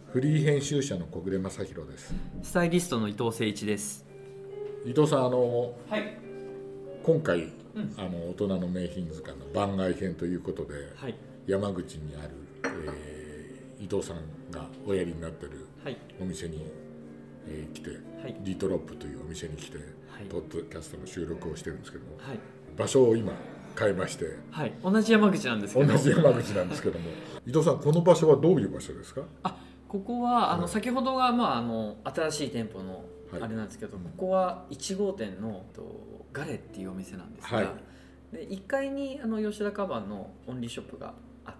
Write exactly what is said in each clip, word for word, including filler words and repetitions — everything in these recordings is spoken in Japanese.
フリー編集者の小暮正弘です。 スタイリストの伊藤誠一です。 伊藤さん、あの、 はい、 今回、うん、あの大人の名品図鑑の番外編ということで、はい、山口にある、えー、伊藤さんがおやりになってるお店に、はいえー、来て、はい、ディトロップというお店に来て、はい、ポッドキャストの収録をしてるんですけども、はい、場所を今変えまして、 はい、同じ山口なんですけど同じ山口なんですけども伊藤さん、この場所はどういう場所ですか？ あここはあの、はい、先ほどが、まあ、あの新しい店舗のあれなんですけど、はい、ここはいち号店のとガレっていうお店なんですが、はい、でいっかいにあの吉田カバンのオンリーショップがあって、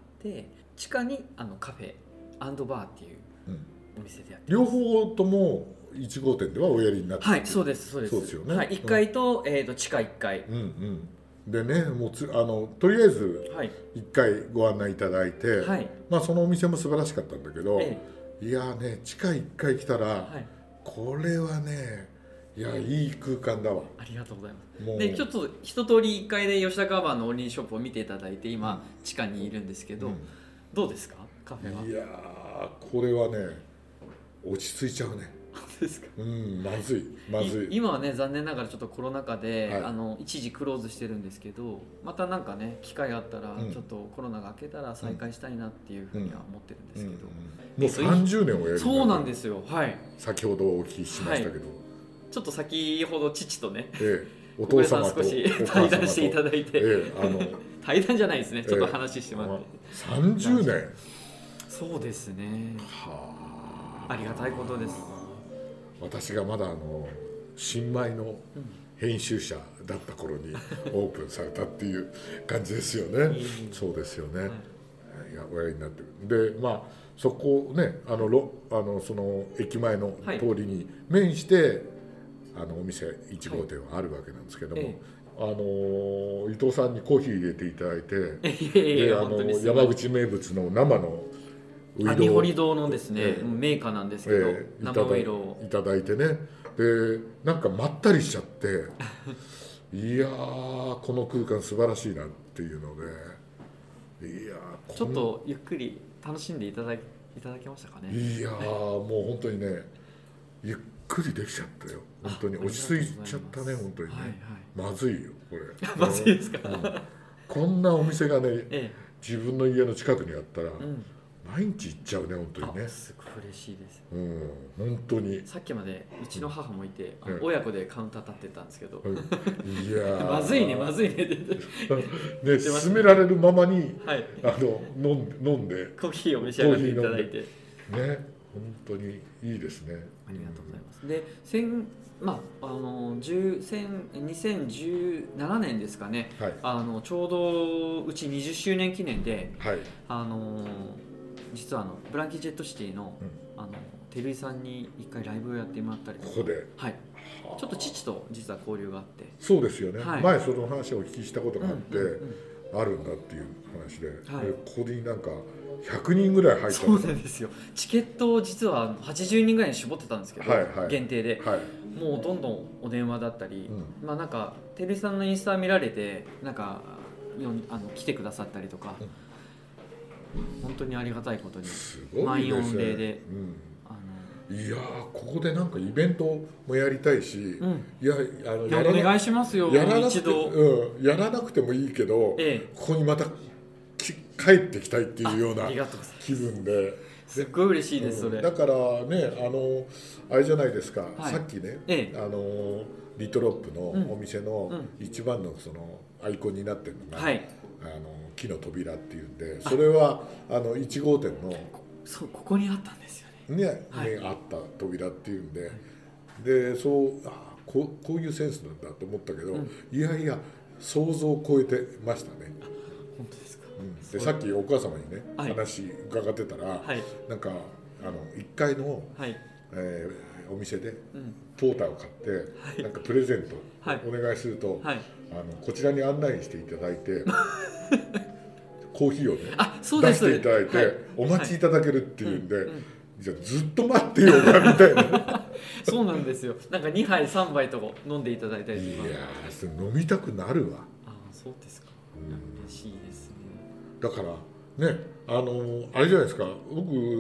地下にあのカフェ&バーっていうお店でやってます、 うん、両方ともいち号店ではおやりになってる。 はい、そうですそうです。 そうですよね、 はい、いっかいと、うんえー、と地下いっかい、 うんうんでね、もうつあのとりあえずいっかいご案内いただいて、はいまあ、そのお店も素晴らしかったんだけど、ええ、いやね地下いっかい来たら、はい、これはねいやいい空間だわ。 ありがとうございます。でちょっと一通りいっかいで吉田カバンのオンリーショップを見ていただいて今、うん、地下にいるんですけど、うん、どうですかカフェは？ いやこれはね落ち着いちゃうね。 ですか。 うん、まずいまずい。 今はね残念ながらちょっとコロナ禍で、はい、あの一時クローズしてるんですけど、またなんかね機会があったら、うん、ちょっとコロナが明けたら再開したいなっていうふうには思ってるんですけど、 うんうんうん、もうさんじゅうねんをやる。 そうなんですよ。はい。 先ほどお聞きしましたけど、はい、 ちょっと先ほど父とね、 ええ、お父様と少し対談していただいて、 ええ、あの対談じゃないですね、ちょっと話してもらって、 ええ、さんじゅうねん。 そうですね。はあ、ありがたいことです。 私がまだあの新米の編集者だった頃にオープンされたっていう感じですよね、うん、そうですよね、はい、いやおやりになってるで、まあそこねあのロあのその駅前の通りに面して、はい、あのお店いち号店はあるわけなんですけども、はい、あの伊藤さんにコーヒー入れていただいて、であの山口名物の生のあにほり堂のですね、えー、メーカーなんですけど、えー、生ウイロをいただいてね、でなんかまったりしちゃっていやーこの空間素晴らしいなっていうので、いやーちょっとゆっくり楽しんでいただいただけましたかね。 いやーもう本当にねゆっくりできちゃったよ。本当に落ち着いちゃったね本当にね、はいはい、まずいよこれまずいですか、うん、 こんなお店がね、ええ、自分の家の近くにあったら、うん毎日行っちゃうね本当にね。 すごい嬉しいです、 うん、本当にさっきまでうちの母もいて、うん、親子でカウンター立ってたんですけど、うん、 いやまずいねまずいねってね勧められるままに、はい、あの飲ん飲んでコーヒーを召し上がっていただいてね本当にいいですね。 ありがとうございます、うん、で先まあ、あのにせんじゅうななねんですかね、はい、あのちょうどうちにじゅっしゅうねん記念で、はい、あの実はあのブランキー・ジェット・シティ の,、うん、あの照井さんに一回ライブをやってもらったりとか、 ここで、 はい、ちょっと父と実は交流があって。 そうですよね、はい、前その話をお聞きしたことがあって、うんうんうん、あるんだっていう話で、はい、でここになんかひゃくにんぐらい入った。 そうなんですよ。チケットを実ははちじゅうにんぐらいに絞ってたんですけど、はいはい、限定で、はい、もうどんどんお電話だったり、うん、まあなんか照井さんのインスタ見られてなんかあの来てくださったりとか、うん、本当にありがたいことに満員御礼で、 うん、いやここでなんかイベントもやりたいし、うん、いやあのやらお願いしますよ。 やらなくて、一度、うん、やらなくてもいいけど、ええ、ここにまた帰ってきたいっていうような気分で、 すっごい嬉しいです、それ。 だからねあのあれじゃないですか、はい、さっきね、ええ、あのリトロップのお店の一番のそのアイコンになってるのが、はい、あの木の扉っていうんで、それはあのいち号店のそうここにあったんですよね。 ね、はい、あった扉っていうんで、はい、でそうあこうこういうセンスなんだと思ったけど、うん、いやいや想像を超えてましたね。 本当ですか。 うん、でさっきお母様にね、はい、話伺ってたら、はい、なんかあのいっかいの、はいえー、お店でポーターを買って、はい、なんかプレゼントお願いすると、はい、あのこちらに案内していただいてコーヒーをねあそうです出していただいて、はい、お待ちいただけるっていうんで、はいうんうん、じゃあずっと待ってようかみたいなそうなんですよ。なんかにはいさんばいとか飲んでいただいたりとか。 いやそれ飲みたくなるわ。 あそうですか、うん、嬉しいですね。 だからねあのあれじゃないですか、僕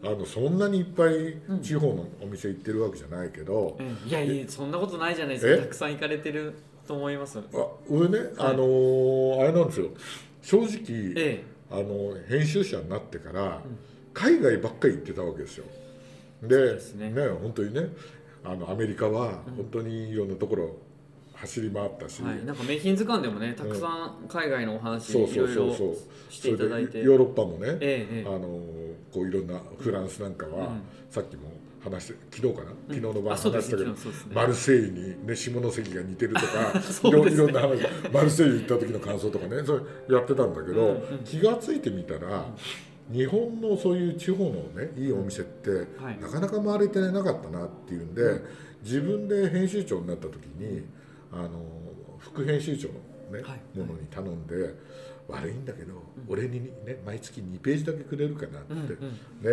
あのそんなにいっぱい地方のお店行ってるわけじゃないけど、 うん、いやいやそんなことないじゃないですか。たくさん行かれてると思います。あ俺ね、あのー、あれなんですよ、正直、 ええ、 あの編集者になってから海外ばっかり行ってたわけですよ。で、ね、ね、本当にね、あのアメリカは本当にいろんなところ走り回ったし、 はい、なんか名品図鑑でもねたくさん海外のお話いろいろしていただいて、 ヨーロッパもね、 ええ、 あのこういろんなフランスなんかは、うん、さっきも話して昨日かな、うん、昨日の晩話したけど、ね、マルセイユに、ね、下関が似てるとかいろいろんな話、マルセイユ行った時の感想とかね、それやってたんだけど、うんうん、気がついてみたら、うん、日本のそういう地方のねいいお店って、はい、なかなか回れてなかったなっていうんで、うん、自分で編集長になった時にあの副編集長の、ね、はい、ものに頼んで、悪いんだけど、うん、俺に、ね、毎月にページだけくれるかなって、うんうん、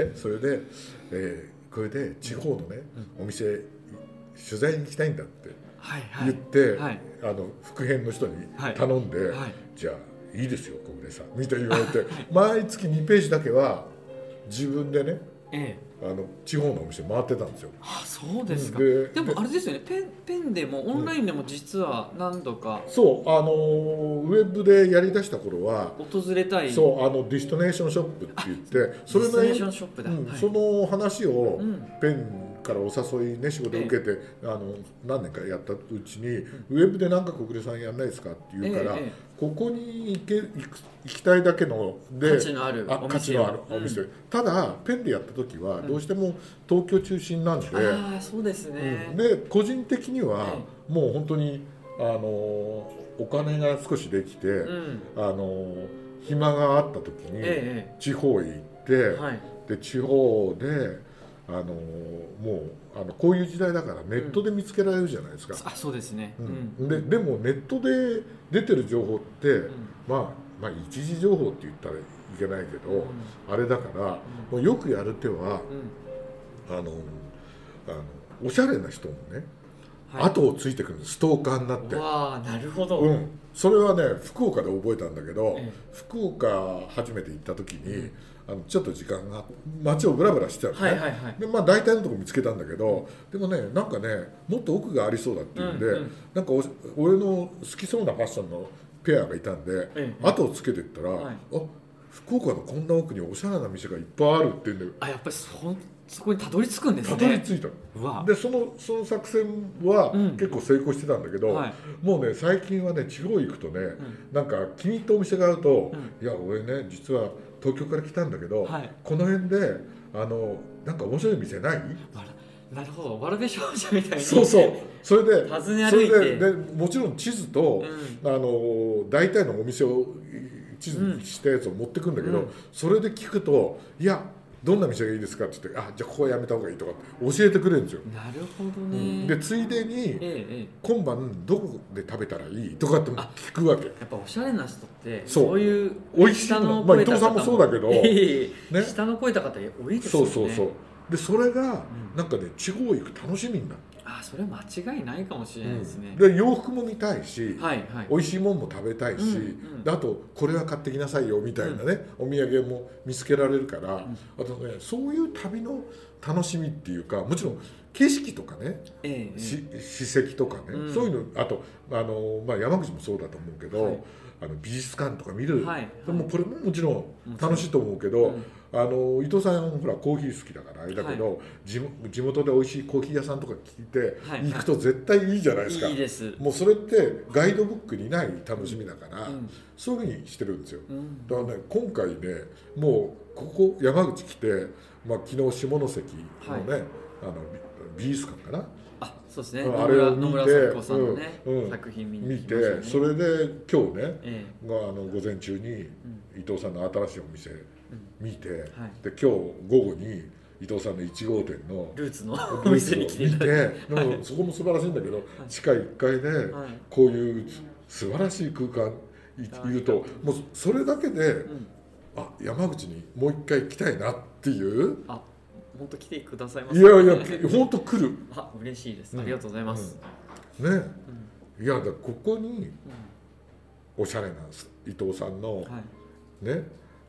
ね、それで、えー、これで地方のね、うん、お店取材に行きたいんだって言って、はいはい、あの副編の人に頼んで、はいはい、じゃあいいですよ小暮さんみたいに言われて毎月にページだけは自分でね、ええ、あの地方のお店回ってたんですよ。 あ、そうですか。で、でもあれですよね、ペン、ペンでもオンラインでも実は何度か、 うん、そうあのウェブでやりだした頃は訪れたい、 そうあのディストネーションショップって言ってそれの、 ディストネーションショップだ、 うん、はい、その話をペンからお誘いね仕事を受けて、ええ、あの何年かやったうちに、うん、ウェブで何か小暮さんやんないですかって言うから、ええ、ここに行け行く行きたいだけので価値のあるお店、 価値のあるお店、うん、ただペンでやった時はどうしても東京中心なんで、うん、 あ、そうですね、 うん、で個人的にはもう本当にあのお金が少しできて、うん、あの暇があった時に地方へ行って、ええ、はい、で地方であのもうあのこういう時代だからネットで見つけられるじゃないですか、 うん、あ、そうですね、 うん、で, でもネットで出てる情報って、うん、まあまあ一時情報って言ったらいけないけど、うん、あれだから、もうよくやる手は、うん、あのあのおしゃれな人もね、はい、後をついてくるストーカーになって。 わあ、なるほど、 うん、それはね福岡で覚えたんだけど、ええ、福岡初めて行った時に、うん、あのちょっと時間が街をブラブラしてたのね、はいはいはい、でまあ大体のとこ見つけたんだけど、でもねなんかねもっと奥がありそうだっていうんで、うんうん、なんか俺の好きそうなファッションのペアがいたんで、ええ、後をつけていったら、はい、あ、福岡のこんな奥におしゃれな店がいっぱいあるっていうんで、 あ、やっぱり そ, そこにたどり着くんですね。 たどり着いた。でそのその作戦は結構成功してたんだけど、うん、はい、もうね最近はね地方行くとね、うん、なんか気に入ったお店があると、うん、いや俺ね実は東京から来たんだけど、はい、この辺であのなんか面白い店ない？ なるほど、わらべ少女みたいに、 そうそう、それで訪ね歩いて、それで, でもちろん地図と、うん、あの大体のお店を地図にしたやつを持ってくんだけど、うん、それで聞くと、いやどんな店がいいですかって言って、あ、じゃあここはやめた方がいいとか教えてくれるんですよ。 なるほどね、うん、 でついでに、ええ、今晩どこで食べたらいいとかって聞くわけ。 やっぱおしゃれな人ってそういう美味しいの、まあ、伊藤さんもそうだけど、 ね、下の声た方多いですよね。 そうそうそう。でそれがなんかね地方行く楽しみになる。 あ、それは間違いないかもしれないですね、 うん、で洋服も見たいし、 はいはい、 美味しいもんも食べたいし、うんうん、であとこれは買ってきなさいよみたいなね、うん、お土産も見つけられるから、うん、あとねそういう旅の楽しみっていうか、もちろん景色とかね、ええ、史跡とかね、うん、そういうの、あとあの、まあ、山口もそうだと思うけど、はい、あの美術館とか見る、はいはい、でもこれももちろん楽しいと思うけど、うん、あの伊藤さんほらコーヒー好きだからあれだけど、はい、地, 地元で美味しいコーヒー屋さんとか聞いて、はい、行くと絶対いいじゃないですか。 いいです。 もうそれってガイドブックにない楽しみだから、うん、そういうふうにしてるんですよ、うん、だからね今回ねもうここ山口来て、まあ、昨日下関のね、はい、あの美術館かな、 あ、そうですね、 あれを見て、 野村咲子さんのね、うんうん、作品見に来ましたね。見て、それで今日ね、ええ、あの午前中に伊藤さんの新しいお店見て、うん、はい、で今日午後に伊藤さんのいち号店のルーツのお店に来ていただいて、 はい、そこも素晴らしいんだけど、はい、地下いっかいでこういう素晴らしい空間いると、もうそれだけで、うん、あ、山口にもう一回来たいなっていう。あ、 本当来てくださいます、 ね、いやいや本当来る。 あ、嬉しいです、ありがとうございます、 うん、ね、うん、いやだここにおしゃれな伊藤さんの、はい、ね、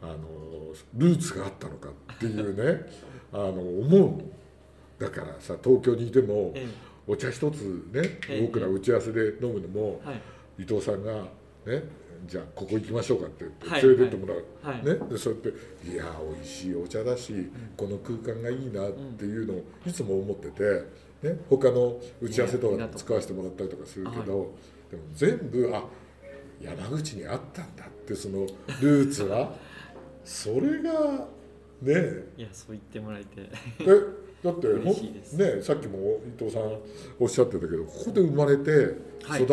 あのルーツがあったのかっていうねあの思う。だからさ東京にいても、ええ、お茶一つね、ええ、僕ら打ち合わせで飲むのも、はい、伊藤さんがねじゃあここ行きましょうかって言って連れてってもらう、はいはい、ね、でそうやっていや美味しいお茶だし、うん、この空間がいいなっていうのをいつも思ってて、ね、他の打ち合わせとか使わせてもらったりとかするけど、はい、でも全部あ山口にあったんだってそのルーツはそれがねいやそう言ってもらえてえだってね、さっきも伊藤さんおっしゃってたけどここで生まれて育って、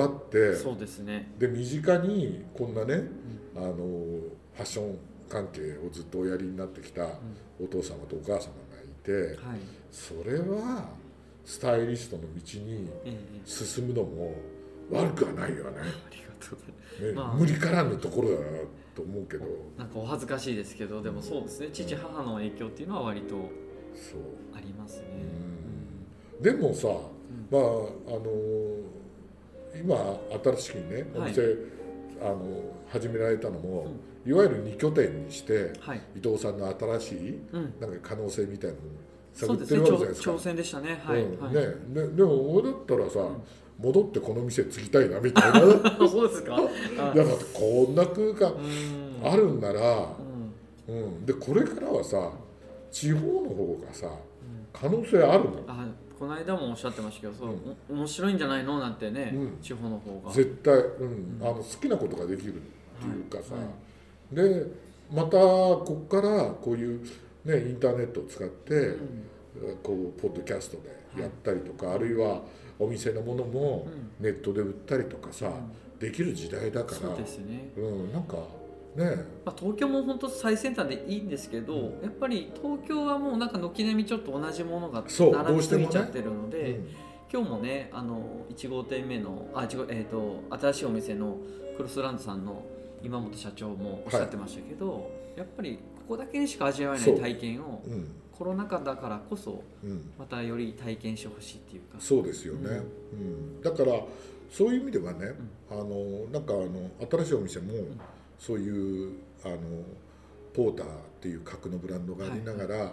はい、 そうですね、 で身近にこんなね、うん、あのファッション関係をずっとおやりになってきたお父様とお母様がいて、うんはい、それはスタイリストの道に進むのも悪くはないよね。ありがとうございます、ねまあ、無理からぬところだなと思うけどなんかお恥ずかしいですけどでもそうですね、うん、父母の影響っていうのは割とそうありますね。 うんでもさ、うん、まああの今新しくにねお店、はい、あの始められたのも、うん、いわゆるに拠点にして、はい、伊藤さんの新しい、うん、なんか可能性みたいなのを探ってるわけじゃないですか。 挑戦でしたね。はい。 うんはい、ねででも俺だったらさ、うん、戻ってこの店継ぎたいなみたいな。 そうですか。いやだってこんな空間あるんなら、うん、うん、でこれからはさ。地方の方がさ可能性あるもん、 あこの間もおっしゃってましたけど、そう、うん、面白いんじゃないのなんてね、うん、地方の方が絶対、うんうん、あの好きなことができるっていうかさ、はいはい、でまたこっからこういう、ね、インターネットを使って、うん、こうポッドキャストでやったりとか、はい、あるいはお店のものもネットで売ったりとかさ、うん、できる時代だからそうですね、 うん、なんかねまあ、東京も本当最先端でいいんですけど、うん、やっぱり東京はもうなんか軒並みちょっと同じものが並びすぎちゃってるので、ねうん、今日もねあのいち号店目のあ、えー、と新しいお店のクロスランドさんの今本社長もおっしゃってましたけど、はい、やっぱりここだけにしか味わえない体験を、うん、コロナ禍だからこそまたより体験してほしいっていうか、 そうですよね、うんうん、だからそういう意味ではね、うん、あのなんかあの新しいお店も、うんそういうあのポーターっていう格のブランドがありながら、はい、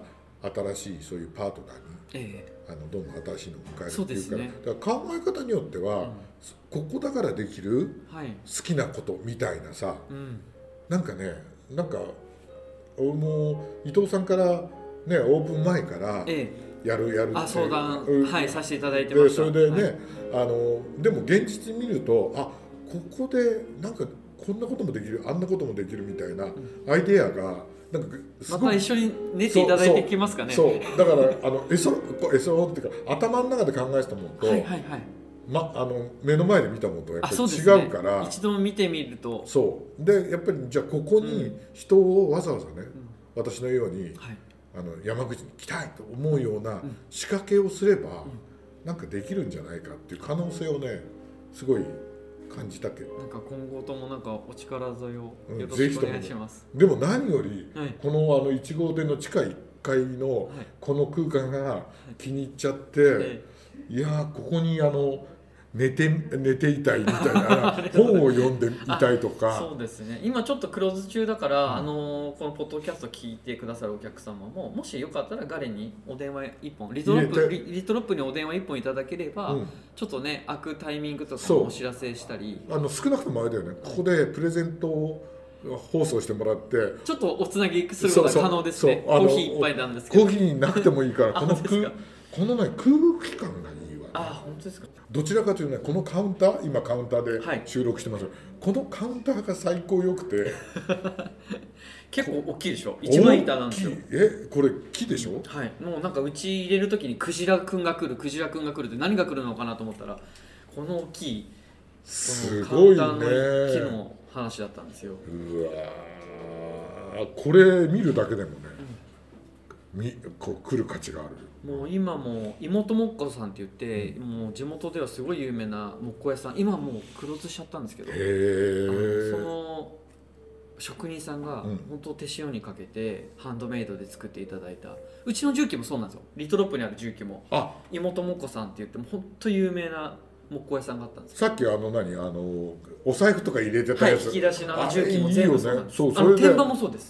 新しいそういうパートナーに、ええ、あのどんどん新しいのを迎えるっていうか、ね、だから考え方によっては、うん、ここだからできる、はい、好きなことみたいなさ、うん、なんかねなんか俺も伊藤さんからねオープン前からやる、ええ、やるってあ相談、うん、はい、させていただいてました。 でそれでね、はい、あのでも現実見るとあここでなんかこんなこともできるあんなこともできるみたいなアイデアがなんかすごくまた一緒に練っていただいていきますかね。 そうそうだからあのエソエソっていうか頭の中で考えたものと、はいはいはいま、あの目の前で見たものとやっぱり違うから、 ね、一度見てみるとそうでやっぱりじゃあここに人をわざわざね、うん、私のように、はい、あの山口に来たいと思うような仕掛けをすれば、うん、なんかできるんじゃないかっていう可能性をねすごい感じたけどなんか今後ともなんかお力添えをよろしくお願いします、 うん、でも何より、はい、このあのいち号店の地下いっかいのこの空間が気に入っちゃって、はいはい、いやここにあの寝て寝ていたいみたいな本を読んでいたいとかそうですね今ちょっとクローズ中だから、うん、あのこのポッドキャスト聞いてくださるお客様ももしよかったらガレにお電話いっぽんリトロップ リ, リトロップにお電話いっぽんいただければ、うん、ちょっとね開くタイミングとかもお知らせしたりあの少なくともあれだよねここでプレゼントを放送してもらってちょっとおつなぎすることが可能ですね。コーヒー一杯なんですけどコーヒーなくてもいいからこの空この、ね、空気感がいいわ、ね、 あ本当ですか。 どちらかというとねこのカウンター今カウンターで収録してます、はい、このカウンターが最高良くて結構大きいでしょいちまい板なんですよ。 えこれ木でしょ。 はいもうなんかうち入れる時にクジラくんが来るクジラくんが来るって何が来るのかなと思ったらこの大きいすごいね木の話だったんですよ。 うわこれ見るだけでもね、うん、みこう来る価値がある。 もう今も妹もっこさんって言って、うん、もう地元ではすごい有名な木工屋さん今もうクローズしちゃったんですけどへその職人さんが本当手塩にかけてハンドメイドで作っていただいたうちの重機もそうなんですよ。リトロップにある重機もあ妹もっこさんって言っても本当有名な木工屋さんがあったんですさっきあの何あのお財布とか入れてたやつ、 はい、引き出しの重機も全部そうなんです。 いいよね、そうそれで天板もそうです。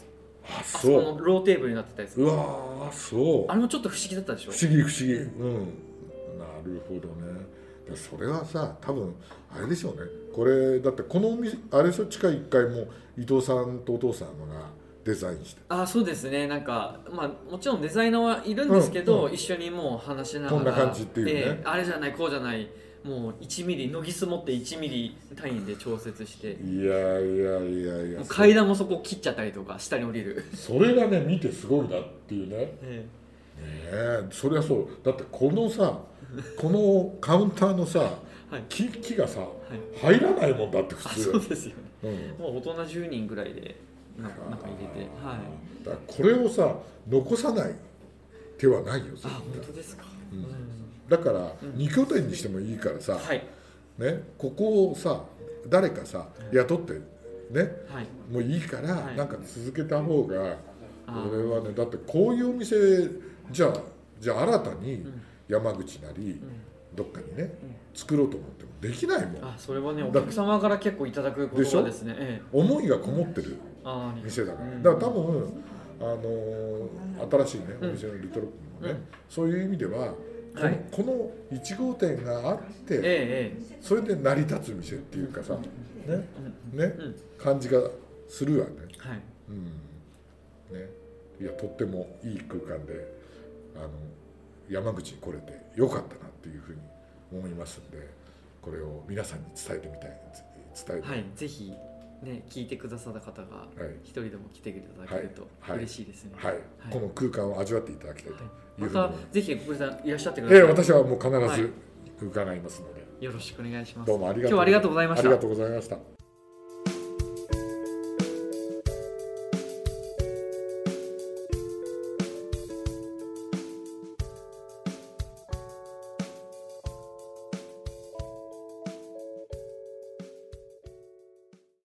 あ、 あそそうこのローテーブルになってたやつ。 うわー、そうあれもちょっと不思議だったでしょ。 不思議不思議、うん、なるほどね。でそれはさ、多分あれでしょうね。これだってこのお店あれでしょ、地下いっかいも伊藤さんとお父さんがデザインして。 あ、そうですね。なんかまあもちろんデザイナーはいるんですけど、 うんうん、 一緒にもう話しながら、 こんな感じっていうね、 えー、あれじゃないこうじゃない、もういちミリのぎす持っていちミリ単位で調節して、 いやいやいやいや、 もう階段もそこ切っちゃったりとか下に降りる。 それがね見てすごいなっていうね。 ええねえ、そりゃそう。だってこのさこのカウンターのさ、はい、木, 木がさ、はい、入らないもんだって普通。 そうですよね、うん、もう大人じゅうにんぐらいでなんか中入れて、はい、 だからこれをさ残さない手はないよ。 あ、本当ですか、 うん、だからに拠点にしてもいいからさ、はい、ね、ここをさ誰かさ雇ってね、はい、もういいから、はい、なんか続けた方が、これはね、だってこういうお店じゃあじゃあ新たに山口なり、うん、どっかにね、うん、作ろうと思ってもできないもん。あ、 それはねお客様から結構いただくことはですね、ええ、 思いがこもってる店だから、うん、だから多分あのー、新しいねお店のリトルプもね、うん、そういう意味ではこの、はい、このいち号店があって、ええ、それで成り立つ店っていうかさ、ね、うん、ね、うん、感じがするわね。はい、うん、ね、いやとってもいい空間であの山口に来れてよかったなっていうふうに思いますんで、これを皆さんに伝えてみたい、伝えて、はい、 ぜひね、聞いてくださった方が一人でも来ていただけると嬉しいですね。 はい、はいはい、この空間を味わっていただきたいというふうに、 またぜひ小栗さんいらっしゃってください。 えー、私はもう必ず伺いますので、 よろしくお願いします。 どうもありがとう今日はありがとうございました。 ありがとうございました。